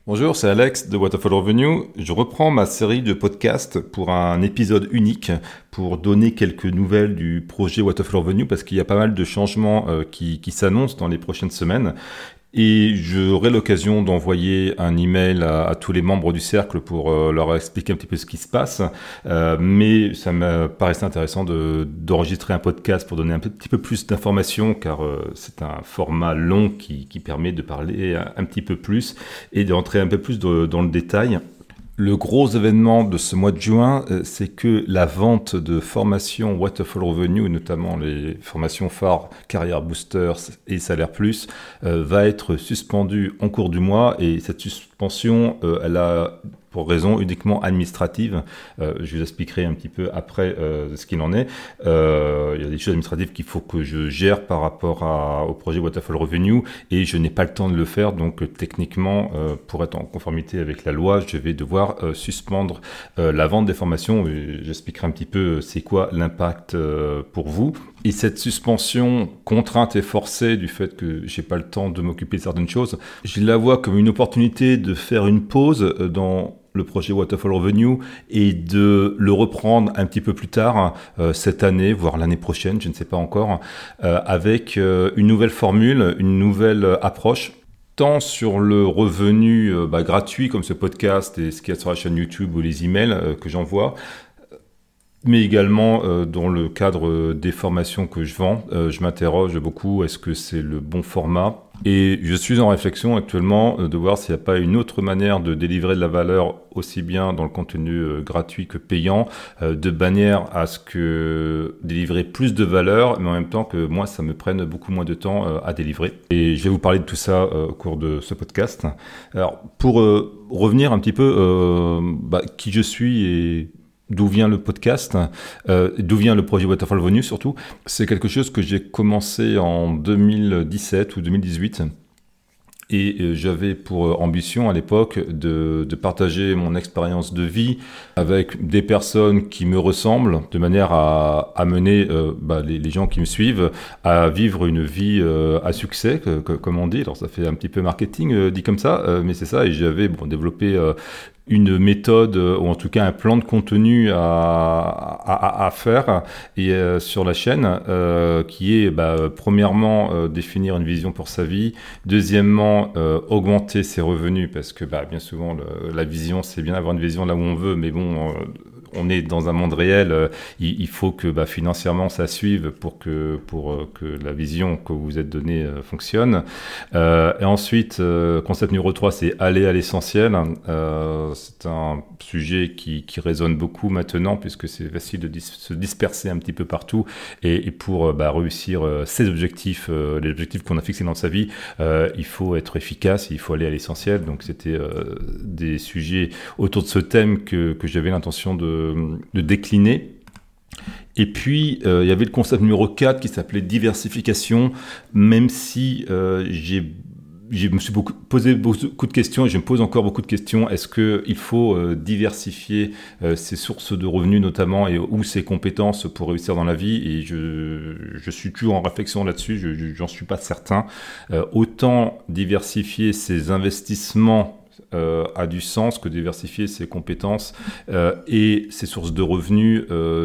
Bonjour, c'est Alex de Waterfall Revenue. Je reprends ma série de podcasts pour un épisode unique pour donner quelques nouvelles du projet Waterfall Revenue parce qu'il y a pas mal de changements qui s'annoncent dans les prochaines semaines. Et j'aurai l'occasion d'envoyer un email à tous les membres du cercle pour leur expliquer un petit peu ce qui se passe. Mais ça me paraissait intéressant d'enregistrer un podcast pour donner un petit peu plus d'informations car c'est un format long qui permet de parler un petit peu plus et d'entrer un peu plus dans le détail. Le gros événement de ce mois de juin, c'est que la vente de formations Waterfall Revenue, notamment les formations phares Career Boosters et Salaire Plus, va être suspendue en cours du mois. Et cette suspension, elle a pour raison uniquement administrative. Je vous expliquerai un petit peu après ce qu'il en est. Il y a des choses administratives qu'il faut que je gère par rapport au projet Waterfall Revenue et je n'ai pas le temps de le faire. Donc techniquement, pour être en conformité avec la loi, je vais devoir suspendre la vente des formations. J'expliquerai un petit peu c'est quoi l'impact pour vous. Et cette suspension contrainte et forcée du fait que j'ai pas le temps de m'occuper de certaines choses, je la vois comme une opportunité de faire une pause dans le projet Waterfall Revenue et de le reprendre un petit peu plus tard cette année, voire l'année prochaine, je ne sais pas encore, avec une nouvelle formule, une nouvelle approche. Tant sur le revenu gratuit comme ce podcast et ce qu'il y a sur la chaîne YouTube ou les emails que j'envoie, mais également dans le cadre des formations que je vends, je m'interroge beaucoup, est-ce que c'est le bon format ? Et je suis en réflexion actuellement de voir s'il n'y a pas une autre manière de délivrer de la valeur aussi bien dans le contenu gratuit que payant, de manière à ce que délivrer plus de valeur, mais en même temps que moi, ça me prenne beaucoup moins de temps à délivrer. Et je vais vous parler de tout ça au cours de ce podcast. Alors, pour revenir un petit peu qui je suis et d'où vient le podcast, d'où vient le projet Waterfall Revenue surtout. C'est quelque chose que j'ai commencé en 2017 ou 2018 et j'avais pour ambition à l'époque de partager mon expérience de vie avec des personnes qui me ressemblent de manière à amener les gens qui me suivent à vivre une vie à succès, comme on dit. Alors ça fait un petit peu marketing dit comme ça, mais c'est ça et j'avais développé une méthode ou en tout cas un plan de contenu à faire et sur la chaîne qui est premièrement définir une vision pour sa vie, deuxièmement augmenter ses revenus parce que bien souvent la vision c'est bien avoir une vision là où on veut mais bon on est dans un monde réel, il faut que financièrement ça suive pour que la vision que vous êtes donnée fonctionne. Et ensuite, concept numéro 3, c'est aller à l'essentiel. C'est un sujet qui résonne beaucoup maintenant puisque c'est facile de se disperser un petit peu partout et pour réussir ses objectifs, les objectifs qu'on a fixés dans sa vie, il faut être efficace, il faut aller à l'essentiel. Donc c'était des sujets autour de ce thème que j'avais l'intention de décliner. Et puis, il y avait le concept numéro 4 qui s'appelait diversification, même si je me suis posé beaucoup de questions et je me pose encore beaucoup de questions. Est-ce qu'il faut diversifier ses sources de revenus notamment ou ses compétences pour réussir dans la vie ? Et je suis toujours en réflexion là-dessus, j'en suis pas certain. Autant diversifier ses investissements a du sens que diversifier ses compétences et ses sources de revenus.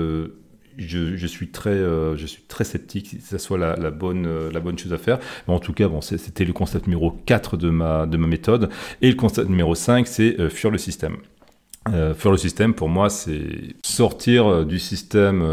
Je suis très sceptique si ça soit la bonne chose à faire. Mais en tout cas, c'était le concept numéro 4 de ma méthode. Et le concept numéro 5, c'est fuir le système. Fuir le système, pour moi, c'est sortir du système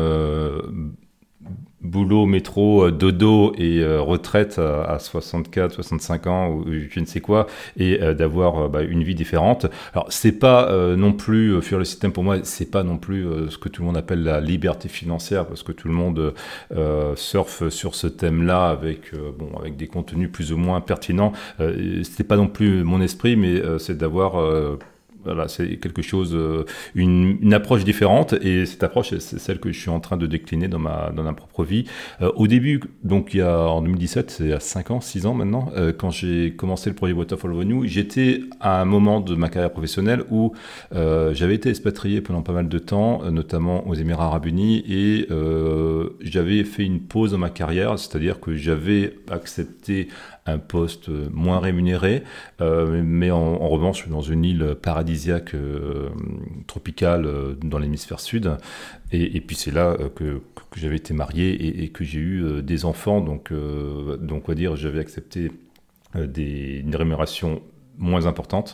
boulot, métro, dodo et retraite à 64, 65 ans ou je ne sais quoi et d'avoir une vie différente. Alors c'est pas non plus fuir le système pour moi, c'est pas non plus ce que tout le monde appelle la liberté financière parce que tout le monde surfe sur ce thème-là avec des contenus plus ou moins pertinents. C'est pas non plus mon esprit, mais c'est d'avoir voilà, c'est quelque chose, une approche différente et cette approche, c'est celle que je suis en train de décliner dans ma propre vie. Au début, donc en 2017, c'est à 5 ans, 6 ans maintenant, quand j'ai commencé le projet Waterfall Revenue, j'étais à un moment de ma carrière professionnelle où j'avais été expatrié pendant pas mal de temps, notamment aux Émirats Arabes Unis et j'avais fait une pause dans ma carrière, c'est-à-dire que j'avais accepté un poste moins rémunéré, mais en revanche, je suis dans une île paradisiaque tropicale dans l'hémisphère sud. Et puis c'est là que j'avais été marié et que j'ai eu des enfants. Donc on va dire, j'avais accepté une rémunération moins importante.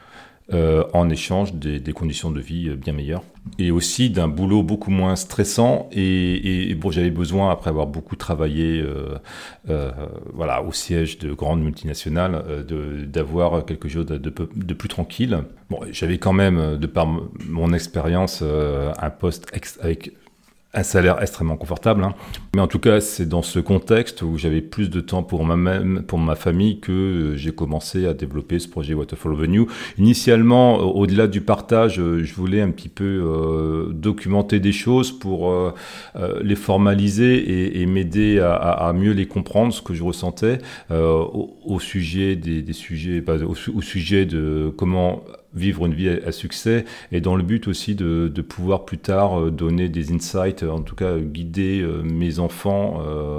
En échange des conditions de vie bien meilleures et aussi d'un boulot beaucoup moins stressant et bon, j'avais besoin, après avoir beaucoup travaillé voilà, au siège de grandes multinationales, d'avoir quelque chose de plus tranquille. Bon, j'avais quand même, de par mon expérience, un poste avec un salaire extrêmement confortable, hein. Mais en tout cas, c'est dans ce contexte où j'avais plus de temps pour ma famille que j'ai commencé à développer ce projet Waterfall Avenue. Initialement, au-delà du partage, je voulais un petit peu documenter des choses pour les formaliser et m'aider à mieux les comprendre, ce que je ressentais au sujet des sujets, au sujet de comment vivre une vie à succès, et dans le but aussi de pouvoir plus tard donner des insights, en tout cas guider mes enfants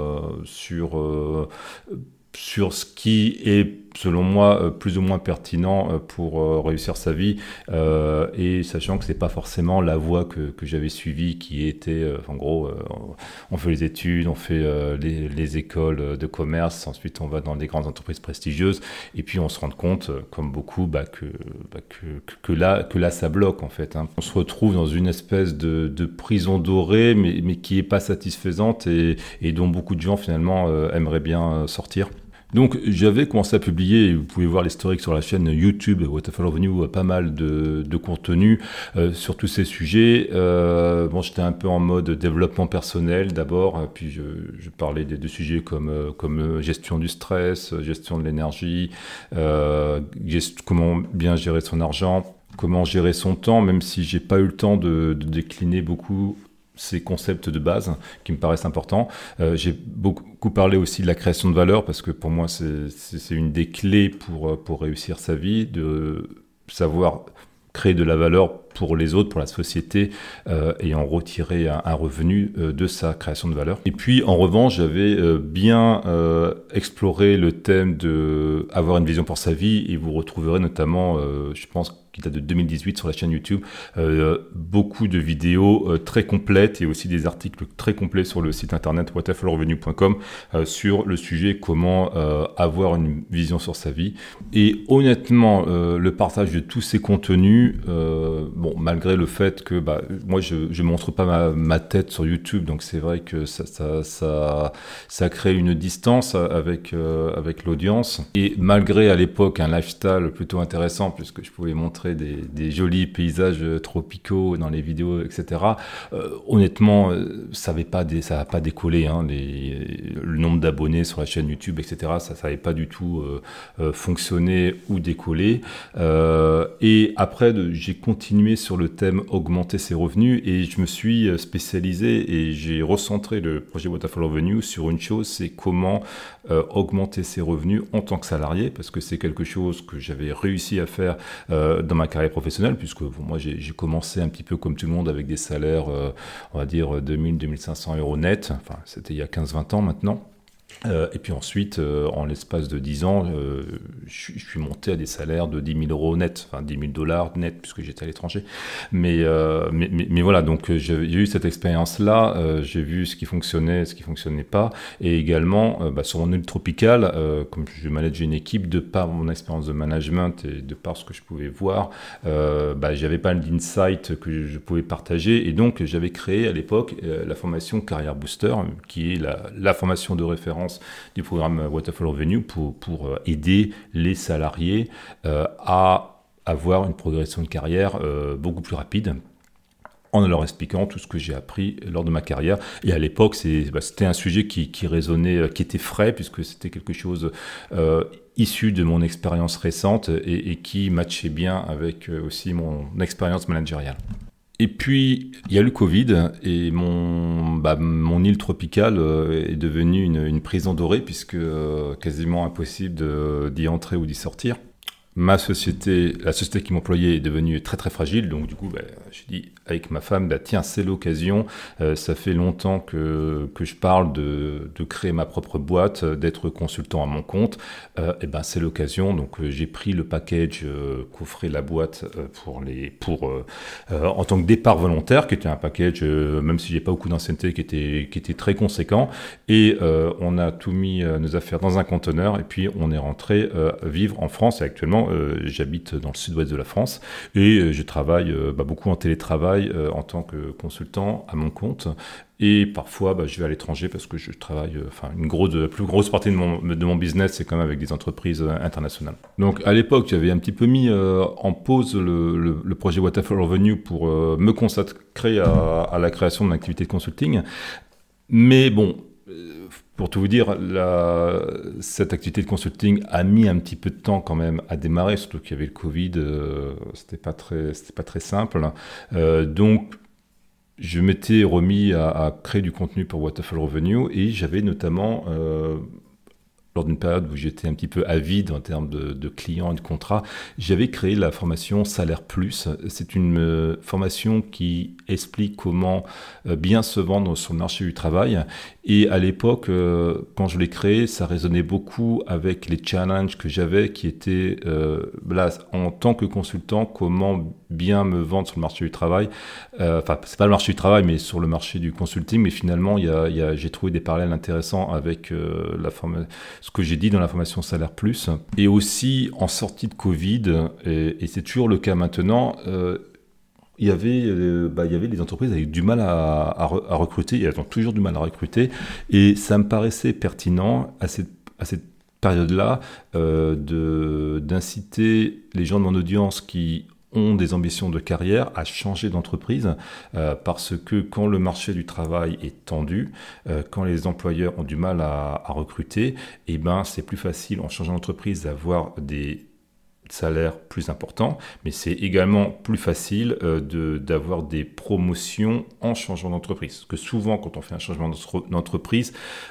sur ce qui est, selon moi, plus ou moins pertinent pour réussir sa vie, et sachant que c'est pas forcément la voie que j'avais suivie, qui était, en gros, on fait les études, on fait les écoles de commerce, ensuite on va dans des grandes entreprises prestigieuses, et puis on se rend compte, comme beaucoup, que là ça bloque en fait, hein. On se retrouve dans une espèce de prison dorée, mais qui est pas satisfaisante et dont beaucoup de gens finalement aimeraient bien sortir. Donc j'avais commencé à publier, et vous pouvez voir l'historique sur la chaîne YouTube Waterfall Avenue, pas mal de contenu sur tous ces sujets. Bon, j'étais un peu en mode développement personnel d'abord, puis je parlais de sujets comme gestion du stress, gestion de l'énergie, comment bien gérer son argent, comment gérer son temps, même si j'ai pas eu le temps de décliner beaucoup ces concepts de base qui me paraissent importants. J'ai beaucoup parlé aussi de la création de valeur, parce que pour moi c'est une des clés pour réussir sa vie, de savoir créer de la valeur pour les autres, pour la société, et en retirer un revenu de sa création de valeur. Et puis en revanche, j'avais bien exploré le thème de avoir une vision pour sa vie, et vous retrouverez notamment, je pense qui date de 2018 sur la chaîne YouTube, beaucoup de vidéos très complètes, et aussi des articles très complets sur le site internet waterfallrevenu.com sur le sujet comment avoir une vision sur sa vie. Et honnêtement, le partage de tous ces contenus, bon, malgré le fait que moi je montre pas ma tête sur YouTube, donc c'est vrai que ça crée une distance avec l'audience, et malgré à l'époque un lifestyle plutôt intéressant, puisque je pouvais montrer des jolis paysages tropicaux dans les vidéos, etc. Honnêtement, ça n'a pas décollé, hein, le nombre d'abonnés sur la chaîne YouTube, etc. Ça n'avait pas du tout fonctionné ou décollé. Et après, j'ai continué sur le thème augmenter ses revenus, et je me suis spécialisé et j'ai recentré le projet Waterfall Avenue sur une chose, c'est comment augmenter ses revenus en tant que salarié, parce que c'est quelque chose que j'avais réussi à faire dans ma carrière professionnelle, puisque moi j'ai commencé un petit peu comme tout le monde avec des salaires, on va dire 2000-2500 euros net, enfin c'était il y a 15-20 ans maintenant. Et puis ensuite, en l'espace de 10 ans, je suis monté à des salaires de 10 000 euros net, enfin 10 000 dollars net, puisque j'étais à l'étranger. Mais voilà, donc j'ai eu cette expérience-là, j'ai vu ce qui fonctionnait, ce qui fonctionnait pas, et également sur mon île tropicale, comme je manageais une équipe, de par mon expérience de management et de par ce que je pouvais voir, j'avais pas d'insight que je pouvais partager, et donc j'avais créé à l'époque la formation Career Booster, qui est la formation de référence du programme Waterfall Avenue pour aider les salariés à avoir une progression de carrière beaucoup plus rapide, en leur expliquant tout ce que j'ai appris lors de ma carrière. Et à l'époque, c'était un sujet qui résonnait, qui était frais, puisque c'était quelque chose issu de mon expérience récente et qui matchait bien avec aussi mon expérience managériale. Et puis, il y a eu le Covid, et mon île tropicale est devenue une prison dorée, puisque quasiment impossible d'y entrer ou d'y sortir. la société qui m'employait est devenue très très fragile. Donc du coup, je dis avec ma femme, tiens, c'est l'occasion. Ça fait longtemps que je parle de créer ma propre boîte, d'être consultant à mon compte. C'est l'occasion. Donc j'ai pris le package qu'offrait la boîte en tant que départ volontaire, qui était un package, même si j'ai pas beaucoup d'ancienneté, qui était très conséquent. Et on a tout mis nos affaires dans un conteneur et puis on est rentré vivre en France. Et actuellement, j'habite dans le sud-ouest de la France et je travaille beaucoup en télétravail en tant que consultant à mon compte. Et parfois, je vais à l'étranger parce que je travaille. La plus grosse partie de mon business, c'est quand même avec des entreprises internationales. Donc, à l'époque, j'avais un petit peu mis en pause le projet Waterfall Revenue pour me consacrer à la création de mon activité de consulting. Mais bon, pour tout vous dire, cette activité de consulting a mis un petit peu de temps quand même à démarrer, surtout qu'il y avait le Covid, c'était pas très simple. Donc, je m'étais remis à créer du contenu pour Waterfall Revenue et j'avais notamment, lors d'une période où j'étais un petit peu avide en termes de clients et de contrats, j'avais créé la formation Salaire Plus. C'est une formation qui explique comment bien se vendre sur le marché du travail. Et à l'époque, quand je l'ai créé, ça résonnait beaucoup avec les challenges que j'avais qui étaient, en tant que consultant, comment bien me vendre sur le marché du travail. C'est pas le marché du travail, mais sur le marché du consulting. Mais finalement, j'ai trouvé des parallèles intéressants avec ce que j'ai dit dans la formation Salaire Plus. Et aussi, en sortie de Covid, et c'est toujours le cas maintenant, il y avait des entreprises avec du mal à recruter, elles ont toujours du mal à recruter, et ça me paraissait pertinent à cette période-là d'inciter les gens de mon audience qui ont des ambitions de carrière à changer d'entreprise parce que quand le marché du travail est tendu, quand les employeurs ont du mal à recruter, c'est plus facile en changeant d'entreprise d'avoir des salaires plus importants, mais c'est également plus facile d'avoir des promotions en changeant d'entreprise. Parce que souvent, quand on fait un changement d'entreprise,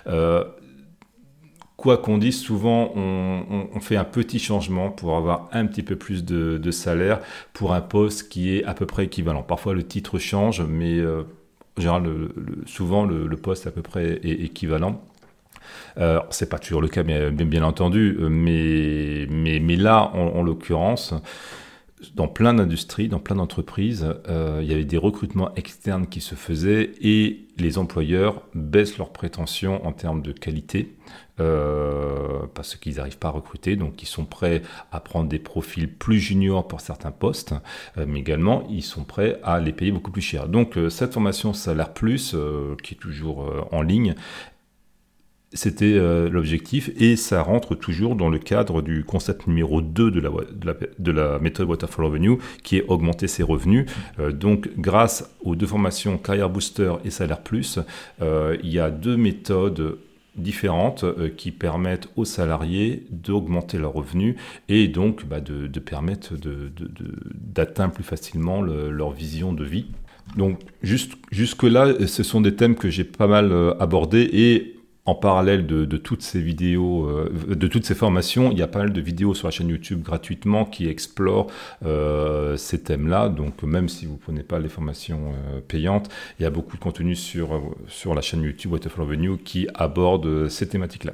quoi qu'on dise, souvent on fait un petit changement pour avoir un petit peu plus de salaire pour un poste qui est à peu près équivalent. Parfois le titre change, mais en général, souvent le poste à peu près est équivalent. C'est pas toujours le cas, bien entendu, mais là, en l'occurrence, dans plein d'industries, dans plein d'entreprises, il y avait des recrutements externes qui se faisaient et les employeurs baissent leurs prétentions en termes de qualité parce qu'ils n'arrivent pas à recruter, donc ils sont prêts à prendre des profils plus juniors pour certains postes, mais également ils sont prêts à les payer beaucoup plus cher. Donc cette formation Salaire Plus, qui est toujours en ligne, c'était l'objectif et ça rentre toujours dans le cadre du concept numéro 2 de la méthode Waterfall Revenue qui est augmenter ses revenus. Donc grâce aux deux formations Career Booster et Salaire Plus, il y a deux méthodes différentes qui permettent aux salariés d'augmenter leurs revenus et donc de permettre d'atteindre plus facilement leur vision de vie. Donc jusque-là, ce sont des thèmes que j'ai pas mal abordés et en parallèle de toutes ces vidéos, de toutes ces formations, il y a pas mal de vidéos sur la chaîne YouTube gratuitement qui explorent ces thèmes-là. Donc même si vous ne prenez pas les formations payantes, il y a beaucoup de contenu sur la chaîne YouTube Waterfall Revenue qui aborde ces thématiques-là.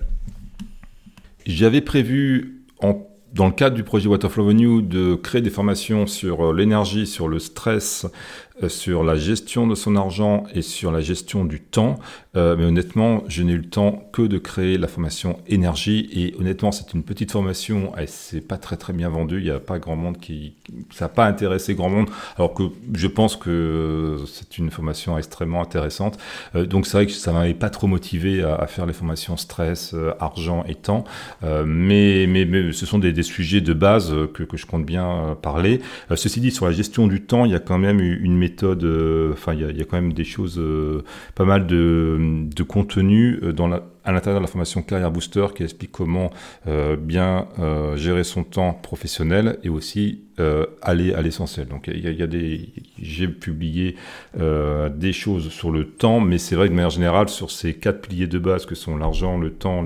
J'avais prévu dans le cadre du projet Waterfall Revenue de créer des formations sur l'énergie, sur le stress, sur la gestion de son argent et sur la gestion du temps. Mais honnêtement, je n'ai eu le temps que de créer la formation énergie. Et honnêtement, c'est une petite formation. Et c'est pas très très bien vendu. Il n'y a pas grand monde ça n'a pas intéressé grand monde. Alors que je pense que c'est une formation extrêmement intéressante. Donc c'est vrai que ça m'avait pas trop motivé à faire les formations stress, argent et temps. Mais ce sont des sujets de base que je compte bien parler. Ceci dit, sur la gestion du temps, il y a quand même une méthode, il y a quand même des choses, pas mal de contenu à l'intérieur de la formation Career Booster qui explique comment bien gérer son temps professionnel et aussi aller à l'essentiel. Donc j'ai publié des choses sur le temps, mais c'est vrai que de manière générale sur ces 4 piliers de base que sont l'argent, le temps,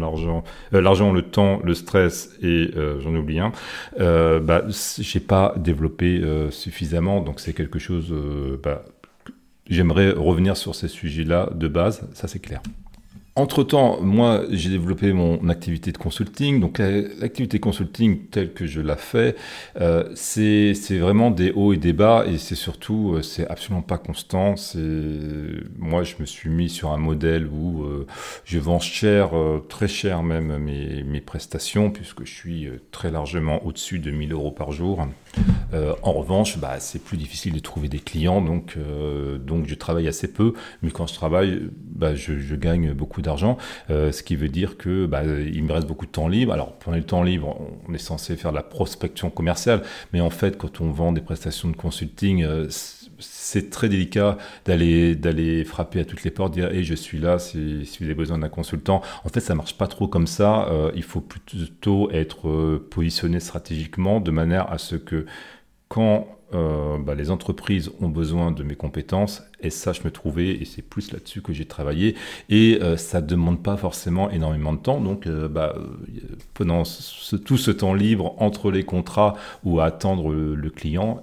le stress et j'en oublie un. J'ai pas développé suffisamment, donc c'est quelque chose. J'aimerais revenir sur ces sujets-là de base, ça c'est clair. Entre-temps, moi, j'ai développé mon activité de consulting. Donc, l'activité consulting telle que je la fais, c'est vraiment des hauts et des bas, et c'est surtout, c'est absolument pas constant. Moi, je me suis mis sur un modèle où je vends cher, très cher même, mes prestations, puisque je suis très largement au-dessus de 1 000 € par jour. En revanche, c'est plus difficile de trouver des clients, donc je travaille assez peu, mais quand je travaille, je gagne beaucoup d'argent, ce qui veut dire que il me reste beaucoup de temps libre. Alors pendant le temps libre, on est censé faire de la prospection commerciale, mais en fait, quand on vend des prestations de consulting, c'est très délicat d'aller frapper à toutes les portes, dire hey, je suis là si vous avez besoin d'un consultant. En fait, ça marche pas trop comme ça. Il faut plutôt être positionné stratégiquement de manière à ce que quand les entreprises ont besoin de mes compétences, et ça je me trouvais, et c'est plus là-dessus que j'ai travaillé, et ça ne demande pas forcément énormément de temps, donc pendant tout ce temps libre entre les contrats ou à attendre le client,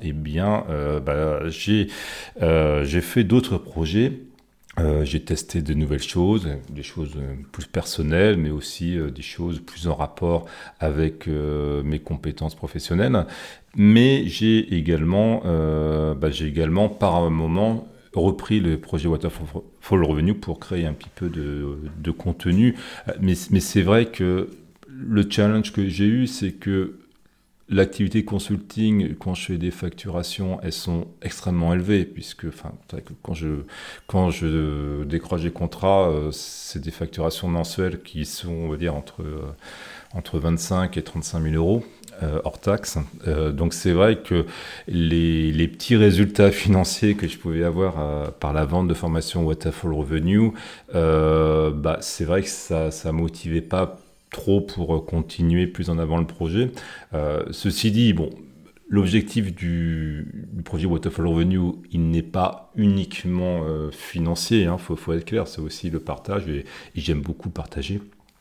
j'ai fait d'autres projets. J'ai testé de nouvelles choses, des choses plus personnelles, mais aussi des choses plus en rapport avec mes compétences professionnelles. Mais j'ai également par un moment repris le projet Waterfall Revenue pour créer un petit peu de contenu. Mais c'est vrai que le challenge que j'ai eu, c'est que l'activité consulting, quand je fais des facturations, elles sont extrêmement élevées, puisque quand je décroche des contrats, c'est des facturations mensuelles qui sont, on va dire, entre 25 et 35 000 € hors taxe. Donc c'est vrai que les petits résultats financiers que je pouvais avoir par la vente de formation Waterfall Revenue, c'est vrai que ça motivait pas trop pour continuer plus en avant le projet. Ceci dit, l'objectif du projet Waterfall Revenue, il n'est pas uniquement financier, faut être clair, c'est aussi le partage, et j'aime beaucoup partager.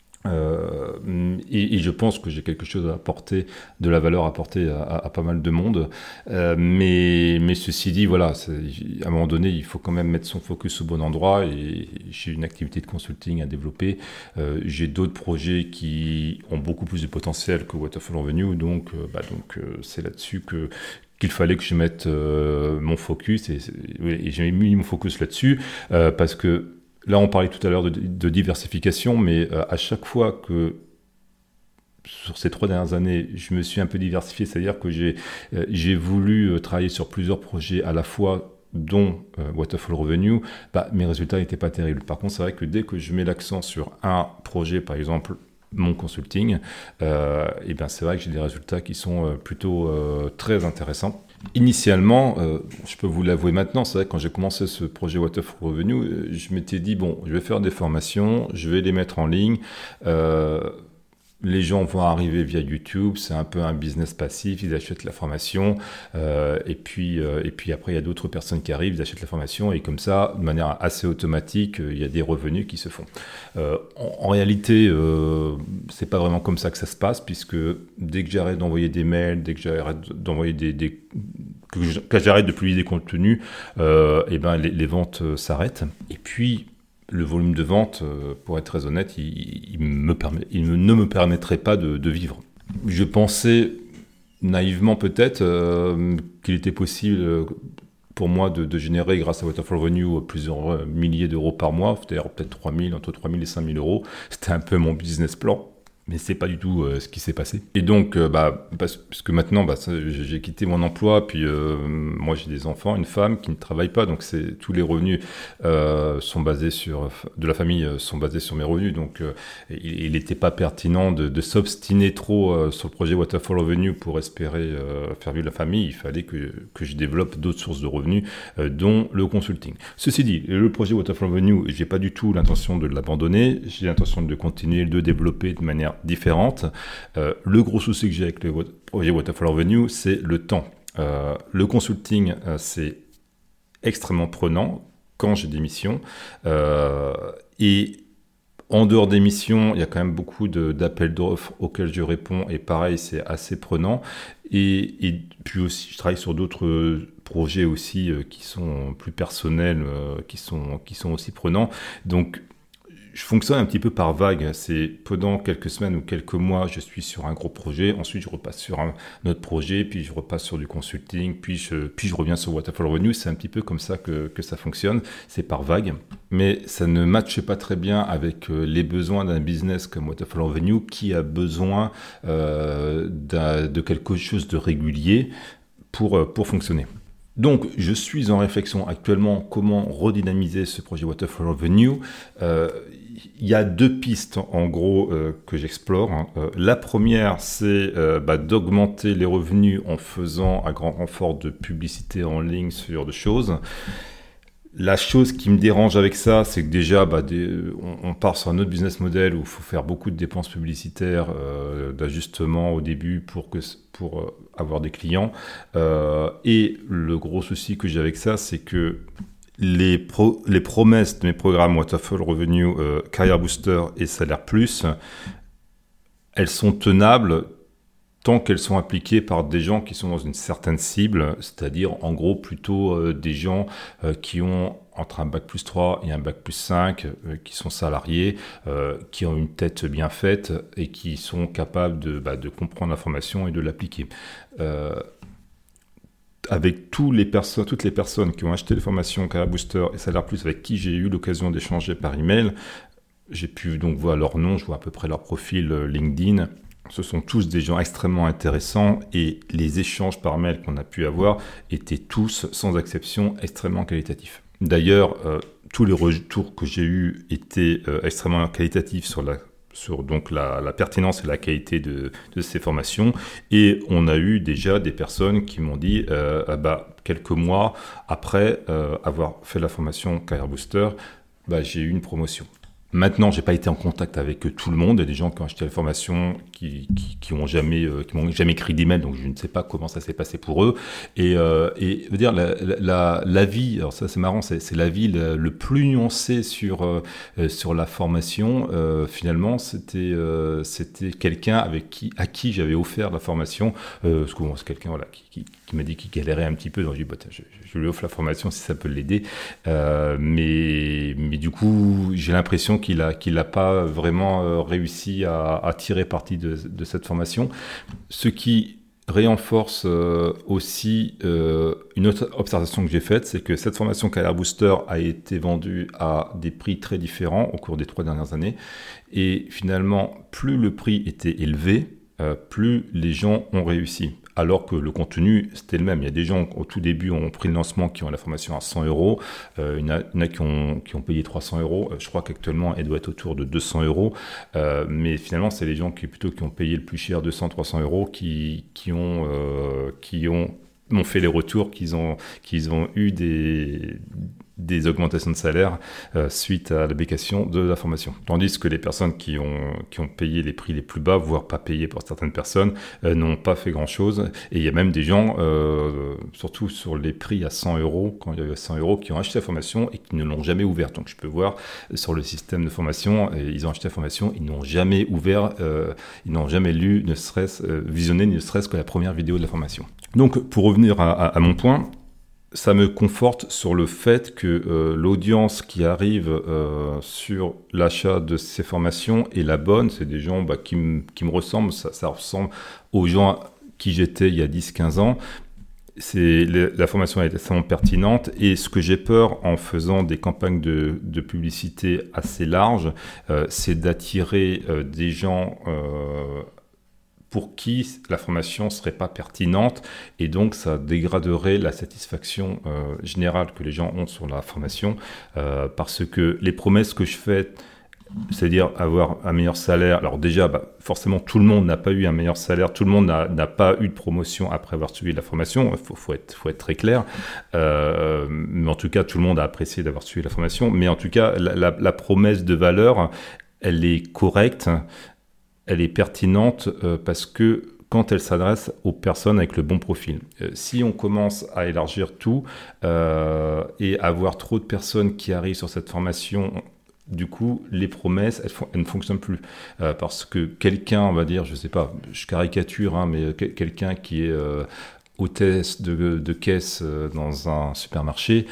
Et je pense que j'ai quelque chose à apporter, de la valeur à apporter à pas mal de monde, mais ceci dit, voilà, à un moment donné il faut quand même mettre son focus au bon endroit, et j'ai une activité de consulting à développer, j'ai d'autres projets qui ont beaucoup plus de potentiel que Waterfall Revenue, donc c'est là-dessus qu'il fallait que je mette mon focus, et j'ai mis mon focus là-dessus, parce que là, on parlait tout à l'heure de diversification, mais à chaque fois que, sur ces 3 dernières années, je me suis un peu diversifié, c'est-à-dire que j'ai voulu travailler sur plusieurs projets à la fois, dont Waterfall Revenue, mes résultats n'étaient pas terribles. Par contre, c'est vrai que dès que je mets l'accent sur un projet, par exemple, mon consulting, c'est vrai que j'ai des résultats qui sont plutôt très intéressants. Initialement, je peux vous l'avouer maintenant, c'est vrai que quand j'ai commencé ce projet Waterfall Revenue, je m'étais dit, je vais faire des formations, je vais les mettre en ligne, les gens vont arriver via YouTube, c'est un peu un business passif, ils achètent la formation, et puis après il y a d'autres personnes qui arrivent, ils achètent la formation, et comme ça, de manière assez automatique, il y a des revenus qui se font. En réalité, c'est pas vraiment comme ça que ça se passe, puisque dès que j'arrête d'envoyer des mails, dès que j'arrête d'envoyer que j'arrête de publier des contenus, les ventes s'arrêtent. Et puis le volume de vente, pour être très honnête, il ne me permettrait pas de vivre. Je pensais naïvement peut-être qu'il était possible pour moi de générer, grâce à Waterfall Revenue, plusieurs milliers d'euros par mois, c'est-à-dire peut-être entre 3 000 et 5 000 €. C'était un peu mon business plan. Mais c'est pas du tout ce qui s'est passé. Et donc, parce que maintenant, j'ai quitté mon emploi, puis moi j'ai des enfants, une femme qui ne travaille pas, donc tous les revenus de la famille sont basés sur mes revenus. Donc, il n'était pas pertinent de s'obstiner trop sur le projet Waterfall Revenue pour espérer faire vivre la famille. Il fallait que je développe d'autres sources de revenus, dont le consulting. Ceci dit, le projet Waterfall Revenue, j'ai pas du tout l'intention de l'abandonner. J'ai l'intention de continuer de le développer de manière différente. Le gros souci que j'ai avec le projet Waterfall Revenue, c'est le temps. Le consulting, c'est extrêmement prenant quand j'ai des missions. Et en dehors des missions, il y a quand même beaucoup d'appels d'offres auxquels je réponds. Et pareil, c'est assez prenant. Et puis aussi, je travaille sur d'autres projets aussi qui sont plus personnels, qui sont aussi prenants. Donc, je fonctionne un petit peu par vague. C'est pendant quelques semaines ou quelques mois, je suis sur un gros projet. Ensuite, je repasse sur un autre projet, puis je repasse sur du consulting, puis je reviens sur Waterfall Revenue. C'est un petit peu comme ça que ça fonctionne. C'est par vague. Mais ça ne matche pas très bien avec les besoins d'un business comme Waterfall Revenue qui a besoin de quelque chose de régulier pour fonctionner. Donc, je suis en réflexion actuellement comment redynamiser ce projet Waterfall Revenue. Il y a deux pistes en gros que j'explore. La première, c'est d'augmenter les revenus en faisant un grand renfort de publicité en ligne, ce genre de choses. La chose qui me dérange avec ça, c'est que déjà, on part sur un autre business model où il faut faire beaucoup de dépenses publicitaires, d'ajustements au début pour avoir des clients. Et le gros souci que j'ai avec ça, c'est que les promesses de mes programmes Waterfall Revenue, Career Booster et Salaire Plus, elles sont tenables tant qu'elles sont appliquées par des gens qui sont dans une certaine cible, c'est-à-dire en gros plutôt des gens qui ont entre un bac plus 3 et un bac plus 5, qui sont salariés, qui ont une tête bien faite et qui sont capables de comprendre l'information et de l'appliquer. Avec toutes les personnes qui ont acheté les formations Career Booster et Salaire Plus avec qui j'ai eu l'occasion d'échanger par email, j'ai pu donc voir leur nom, je vois à peu près leur profil LinkedIn. Ce sont tous des gens extrêmement intéressants et les échanges par mail qu'on a pu avoir étaient tous, sans exception, extrêmement qualitatifs. D'ailleurs, tous les retours que j'ai eus étaient extrêmement qualitatifs sur la pertinence et la qualité de ces formations. Et on a eu déjà des personnes qui m'ont dit, quelques mois après avoir fait la formation Career Booster, j'ai eu une promotion. Maintenant, j'ai pas été en contact avec tout le monde. Il y a des gens qui ont acheté la formation, qui m'ont jamais écrit d'email, donc je ne sais pas comment ça s'est passé pour eux. Et je veux dire, la vie, alors ça c'est marrant, c'est la vie le plus nuancé sur la formation. Finalement, c'était quelqu'un à qui j'avais offert la formation. Parce que c'est quelqu'un qui m'a dit qu'il galérait un petit peu. Donc j'ai dit, je lui offre la formation si ça peut l'aider. Mais du coup, j'ai l'impression qu'il a pas vraiment réussi à tirer parti de cette formation. Ce qui renforce aussi une autre observation que j'ai faite, c'est que cette formation Career Booster a été vendue à des prix très différents au cours des 3 dernières années. Et finalement, plus le prix était élevé, plus les gens ont réussi. Alors que le contenu, c'était le même. Il y a des gens au tout début ont pris le lancement qui ont la formation à 100 €. Il y en a qui ont payé 300 €. Je crois qu'actuellement, elle doit être autour de 200 €. Mais finalement, c'est les gens qui ont payé le plus cher, 200-300 € qui m'ont fait les retours qu'ils ont eu des augmentations de salaire suite à l'application de la formation. Tandis que les personnes qui ont payé les prix les plus bas, voire pas payé pour certaines personnes, n'ont pas fait grand-chose. Et il y a même des gens, surtout sur les prix à 100 €, quand il y avait 100 €, qui ont acheté la formation et qui ne l'ont jamais ouverte. Donc je peux voir sur le système de formation, ils ont acheté la formation, ils n'ont jamais ouvert, ils n'ont jamais lu, visionné ne serait-ce que la première vidéo de la formation. Donc pour revenir à mon point, ça me conforte sur le fait que l'audience qui arrive sur l'achat de ces formations est la bonne. C'est des gens qui me ressemblent, ça ressemble aux gens qui j'étais il y a 10-15 ans. La formation est extrêmement pertinente et ce que j'ai peur en faisant des campagnes de publicité assez larges, c'est d'attirer des gens pour qui la formation serait pas pertinente et donc ça dégraderait la satisfaction générale que les gens ont sur la formation parce que les promesses que je fais, c'est-à-dire avoir un meilleur salaire. Alors déjà, forcément, tout le monde n'a pas eu un meilleur salaire, tout le monde n'a pas eu de promotion après avoir suivi la formation, il faut être très clair. Mais en tout cas, tout le monde a apprécié d'avoir suivi la formation. Mais en tout cas, la promesse de valeur, elle est correcte, elle est pertinente parce que quand elle s'adresse aux personnes avec le bon profil. Si on commence à élargir tout et avoir trop de personnes qui arrivent sur cette formation, du coup, les promesses, elles ne fonctionnent plus. Parce que quelqu'un, on va dire, je sais pas, je caricature, mais quelqu'un qui est hôtesse de caisse dans un supermarché,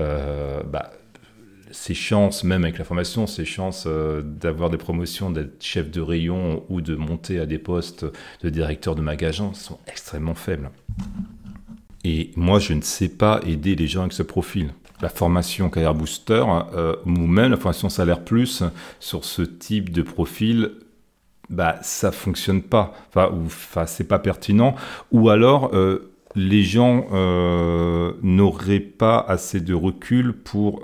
ses chances, même avec la formation, ses chances d'avoir des promotions, d'être chef de rayon ou de monter à des postes de directeur de magasin sont extrêmement faibles. Et moi, je ne sais pas aider les gens avec ce profil. La formation Career Booster ou même la formation Salaire Plus sur ce type de profil, ça fonctionne pas. C'est pas pertinent. Ou alors, les gens n'auraient pas assez de recul pour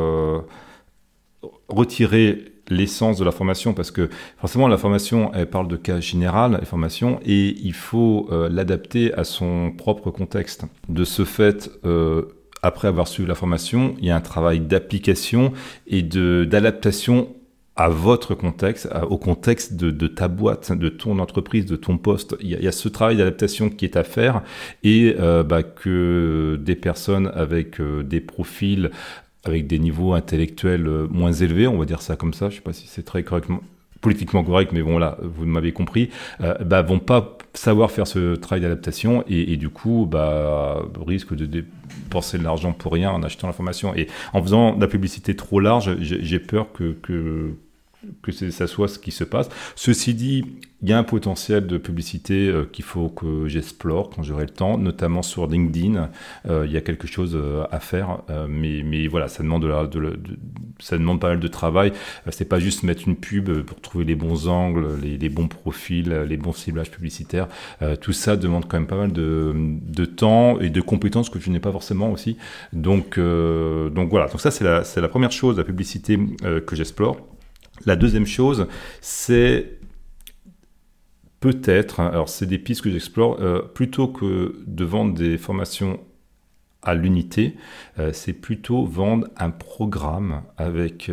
retirer l'essence de la formation, parce que forcément la formation, elle parle de cas général, la formation, et il faut l'adapter à son propre contexte. De ce fait, après avoir suivi la formation, il y a un travail d'application et d'adaptation à votre contexte, au contexte de ta boîte, de ton entreprise, de ton poste. Il y a ce travail d'adaptation qui est à faire et que des personnes avec des profils, avec des niveaux intellectuels moins élevés, on va dire ça comme ça, je ne sais pas si c'est très correctement, politiquement correct, mais bon là, vous m'avez compris, vont pas savoir faire ce travail d'adaptation et du coup, risquent de dépenser de l'argent pour rien en achetant l'information. Et en faisant de la publicité trop large, j'ai peur que ça soit ce qui se passe. Ceci dit, il y a un potentiel de publicité qu'il faut que j'explore quand j'aurai le temps, notamment sur LinkedIn. Il y a quelque chose à faire, mais voilà, ça demande ça demande pas mal de travail. C'est pas juste mettre une pub pour trouver les bons angles, les bons profils, les bons ciblages publicitaires. Tout ça demande quand même pas mal de temps et de compétences que je n'ai pas forcément aussi. Donc voilà. Donc ça, c'est la première chose, la publicité que j'explore. La deuxième chose, c'est peut-être, alors c'est des pistes que j'explore, plutôt que de vendre des formations à l'unité, c'est plutôt vendre un programme avec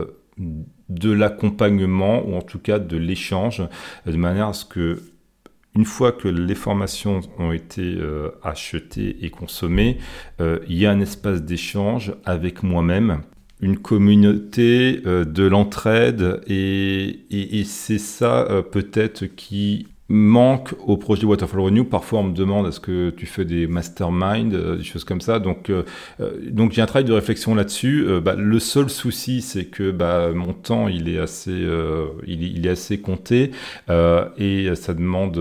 de l'accompagnement ou en tout cas de l'échange, de manière à ce que une fois que les formations ont été achetées et consommées, il y a un espace d'échange avec moi-même, une communauté de l'entraide et c'est ça peut-être qui manque au projet Waterfall Renew. Parfois on me demande est-ce que tu fais des masterminds, des choses comme ça, donc j'ai un travail de réflexion là-dessus. Le seul souci c'est que mon temps il est assez compté et ça demande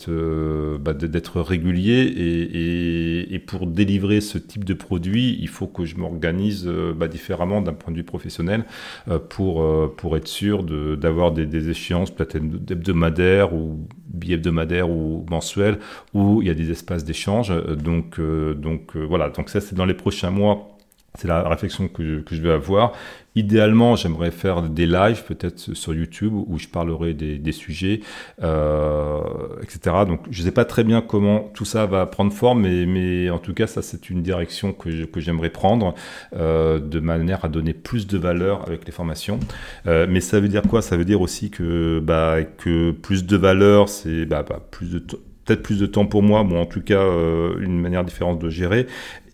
d'être régulier et pour délivrer ce type de produit il faut que je m'organise différemment d'un point de vue professionnel pour être sûr d'avoir des échéances peut-être hebdomadaires ou bi-hebdomadaire ou mensuel où il y a des espaces d'échange. Donc voilà, donc ça c'est dans les prochains mois. C'est la réflexion que je vais avoir. Idéalement, j'aimerais faire des lives, peut-être sur YouTube, où je parlerai des sujets, etc. Donc, je ne sais pas très bien comment tout ça va prendre forme, mais en tout cas, ça, c'est une direction que j'aimerais prendre, de manière à donner plus de valeur avec les formations. Mais ça veut dire quoi? Ça veut dire aussi que plus de valeur, c'est peut-être plus de temps pour moi, en tout cas, une manière différente de gérer.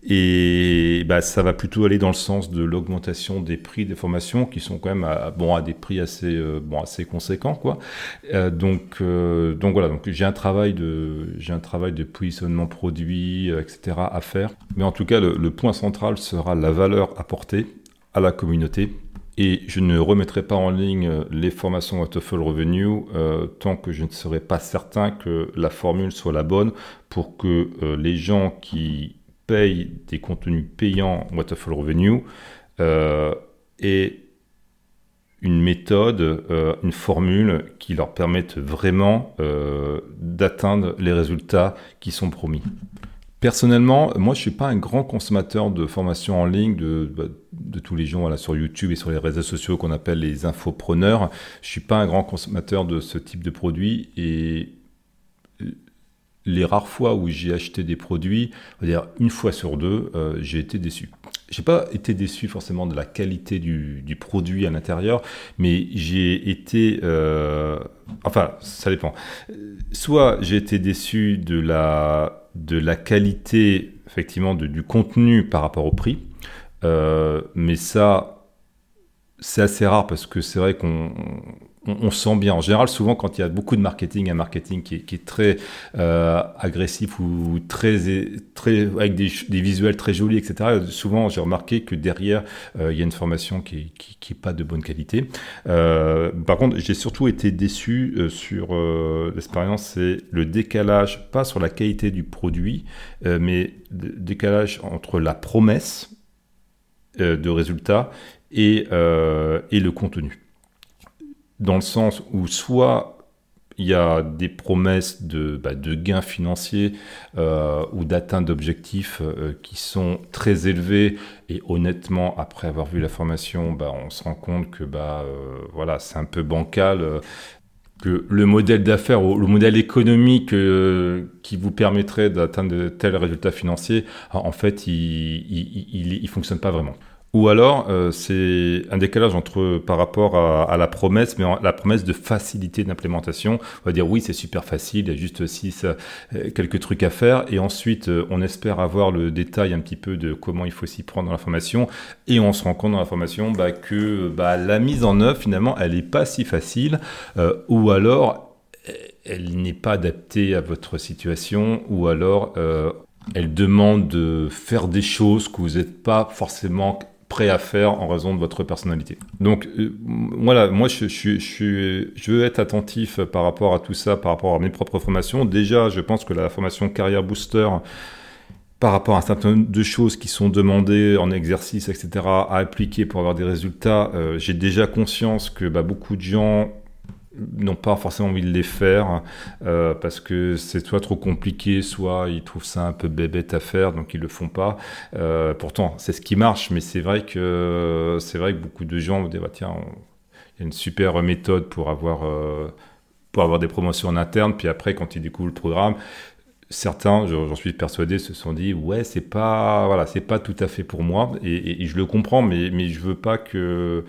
Et ça va plutôt aller dans le sens de l'augmentation des prix des formations qui sont quand même à des prix assez conséquents, quoi. Donc voilà, donc j'ai un travail de positionnement produit, etc. à faire. Mais en tout cas, le point central sera la valeur apportée à la communauté Et je ne remettrai pas en ligne les formations Waterfall Revenue tant que je ne serai pas certain que la formule soit la bonne pour que les gens qui payent des contenus payants Waterfall Revenue aient une méthode, une formule qui leur permette vraiment d'atteindre les résultats qui sont promis. Personnellement, moi, je suis pas un grand consommateur de formations en ligne de tous les gens voilà, sur YouTube et sur les réseaux sociaux qu'on appelle les infopreneurs. Je suis pas un grand consommateur de ce type de produits et les rares fois où j'ai acheté des produits, on va dire une fois sur deux, j'ai été déçu. J'ai pas été déçu forcément de la qualité du produit à l'intérieur, mais j'ai été, enfin, ça dépend. Soit j'ai été déçu de la qualité, effectivement, du contenu par rapport au prix, mais ça, c'est assez rare parce que c'est vrai qu'on sent bien. En général, souvent, quand il y a beaucoup de marketing, un marketing qui est très agressif ou très avec des visuels très jolis, etc. Souvent, j'ai remarqué que derrière, il y a une formation qui est pas de bonne qualité. Par contre, j'ai surtout été déçu sur l'expérience, c'est le décalage, pas sur la qualité du produit, mais le décalage entre la promesse de résultat et le contenu. Dans le sens où soit il y a des promesses de gains financiers ou d'atteinte d'objectifs qui sont très élevés et honnêtement, après avoir vu la formation, on se rend compte que voilà, c'est un peu bancal. Que le modèle d'affaires ou le modèle économique qui vous permettrait d'atteindre de tels résultats financiers, en fait, il fonctionne pas vraiment. Ou alors, c'est un décalage par rapport à la promesse, mais la promesse de facilité d'implémentation. On va dire, oui, c'est super facile, il y a juste quelques trucs à faire. Et ensuite, on espère avoir le détail un petit peu de comment il faut s'y prendre dans la formation. Et on se rend compte dans la formation que la mise en œuvre, finalement, elle n'est pas si facile. Ou alors, elle n'est pas adaptée à votre situation. Ou alors, elle demande de faire des choses que vous n'êtes pas forcément prêt à faire en raison de votre personnalité. Donc voilà, moi je veux être attentif par rapport à tout ça, par rapport à mes propres formations. Déjà, je pense que la formation Career Booster, par rapport à un certain nombre de choses qui sont demandées en exercice, etc., à appliquer pour avoir des résultats, j'ai déjà conscience que beaucoup de gens n'ont pas forcément envie de les faire parce que c'est soit trop compliqué, soit ils trouvent ça un peu bébête à faire, donc ils le font pas. Pourtant, c'est ce qui marche, mais c'est vrai que beaucoup de gens vont dire tiens, il y a une super méthode pour avoir des promotions en interne, puis après quand ils découvrent le programme, certains, j'en suis persuadé, se sont dit ouais, c'est pas tout à fait pour moi, et je le comprends, mais je veux pas que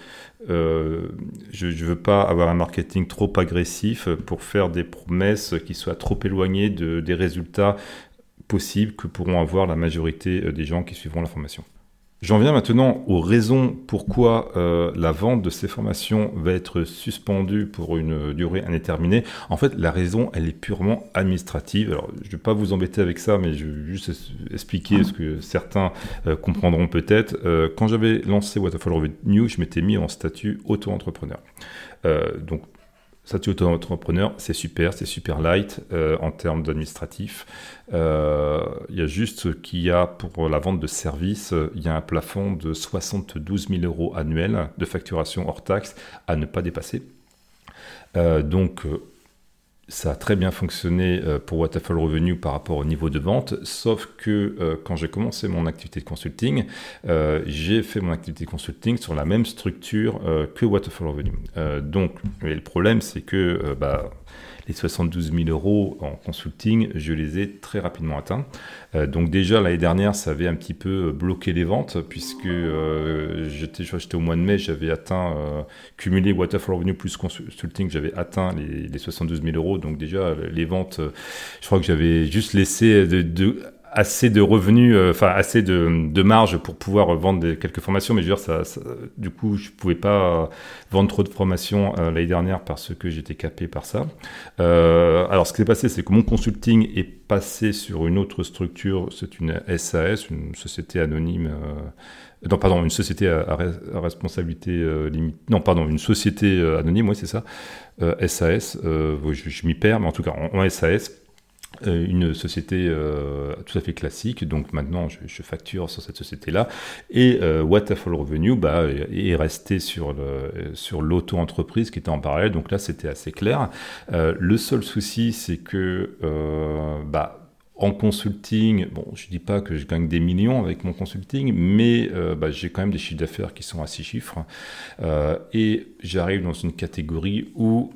je veux pas avoir un marketing trop agressif pour faire des promesses qui soient trop éloignées des résultats possibles que pourront avoir la majorité des gens qui suivront la formation. J'en viens maintenant aux raisons pourquoi la vente de ces formations va être suspendue pour une durée indéterminée. En fait, la raison, elle est purement administrative. Alors, je ne vais pas vous embêter avec ça, mais je vais juste expliquer ce que certains comprendront peut-être. Quand j'avais lancé Waterfall Revenue, je m'étais mis en statut auto-entrepreneur. Donc, statut auto-entrepreneur, c'est super light en termes d'administratif. Il y a juste qu'il y a pour la vente de services, il y a un plafond de 72 000 € annuels de facturation hors taxe à ne pas dépasser. Donc, ça a très bien fonctionné pour Waterfall Revenue par rapport au niveau de vente, sauf que quand j'ai commencé mon activité de consulting, j'ai fait mon activité de consulting sur la même structure que Waterfall Revenue. Donc, le problème, c'est que les 72 000 € en consulting, je les ai très rapidement atteints. Donc déjà, l'année dernière, ça avait un petit peu bloqué les ventes, puisque j'étais au mois de mai, j'avais atteint, cumulé Waterfall Revenue plus consulting, j'avais atteint les 72 000 €. Donc déjà, les ventes, je crois que j'avais juste laissé assez de revenus, assez de marge pour pouvoir vendre quelques formations, mais je veux dire, du coup, je pouvais pas vendre trop de formations l'année dernière parce que j'étais capé par ça. Alors, ce qui s'est passé, c'est que mon consulting est passé sur une autre structure, c'est une SAS, une société anonyme. Non, pardon, une société à responsabilité limitée. Non, pardon, une société anonyme, oui, c'est ça. SAS, je m'y perds, mais en tout cas, en SAS. Une société tout à fait classique, donc maintenant je facture sur cette société-là, et Waterfall Revenue est resté sur l'auto-entreprise qui était en parallèle, donc là c'était assez clair. Le seul souci, c'est que en consulting, bon, je dis pas que je gagne des millions avec mon consulting, mais j'ai quand même des chiffres d'affaires qui sont à 6 chiffres, et j'arrive dans une catégorie où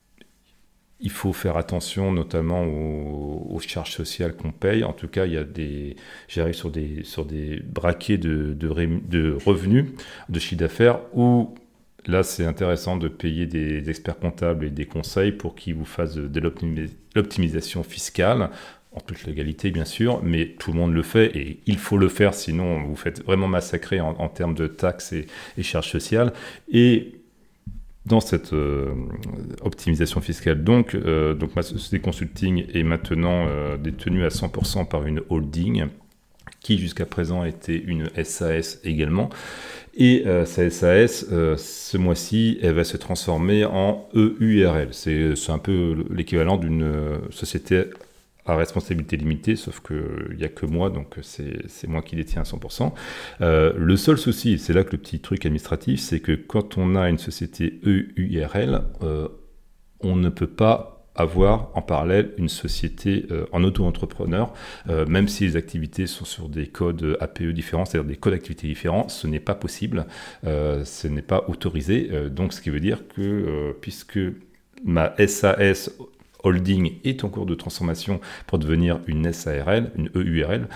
il faut faire attention notamment aux charges sociales qu'on paye. En tout cas, j'arrive sur des braquets de revenus, de chiffre d'affaires, où là, c'est intéressant de payer des experts comptables et des conseils pour qu'ils vous fassent de l'optimisation fiscale, en toute légalité bien sûr, mais tout le monde le fait et il faut le faire, sinon vous faites vraiment massacrer en termes de taxes et charges sociales. Et dans cette optimisation fiscale, donc ma société consulting est maintenant détenue à 100% par une holding qui jusqu'à présent était une SAS également. Et sa SAS, ce mois-ci, elle va se transformer en EURL. C'est un peu l'équivalent d'une société à responsabilité limitée, sauf qu'il n'y a que moi, donc c'est moi qui détiens à 100%. Le seul souci, c'est là que le petit truc administratif, c'est que quand on a une société EURL, on ne peut pas avoir en parallèle une société en auto-entrepreneur, même si les activités sont sur des codes APE différents, c'est-à-dire des codes d'activité différents, ce n'est pas possible, ce n'est pas autorisé. Donc ce qui veut dire que puisque ma SAS holding est en cours de transformation pour devenir une SARL, une EURL,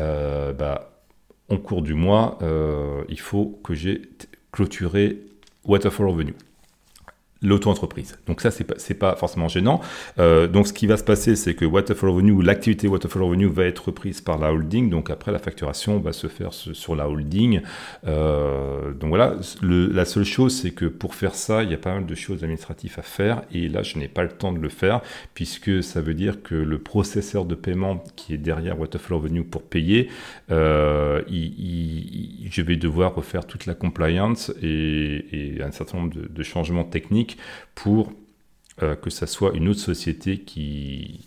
en cours du mois, il faut que j'ai clôturé Waterfall Revenue, l'auto-entreprise. Donc ça, c'est pas forcément gênant. Donc ce qui va se passer, c'est que Waterfall Revenue, l'activité Waterfall Revenue va être reprise par la holding. Donc après, la facturation va se faire sur la holding. Donc voilà, la seule chose, c'est que pour faire ça, il y a pas mal de choses administratives à faire. Et là, je n'ai pas le temps de le faire, puisque ça veut dire que le processeur de paiement qui est derrière Waterfall Revenue pour payer, je vais devoir refaire toute la compliance et un certain nombre de changements techniques pour que ça soit une autre société qui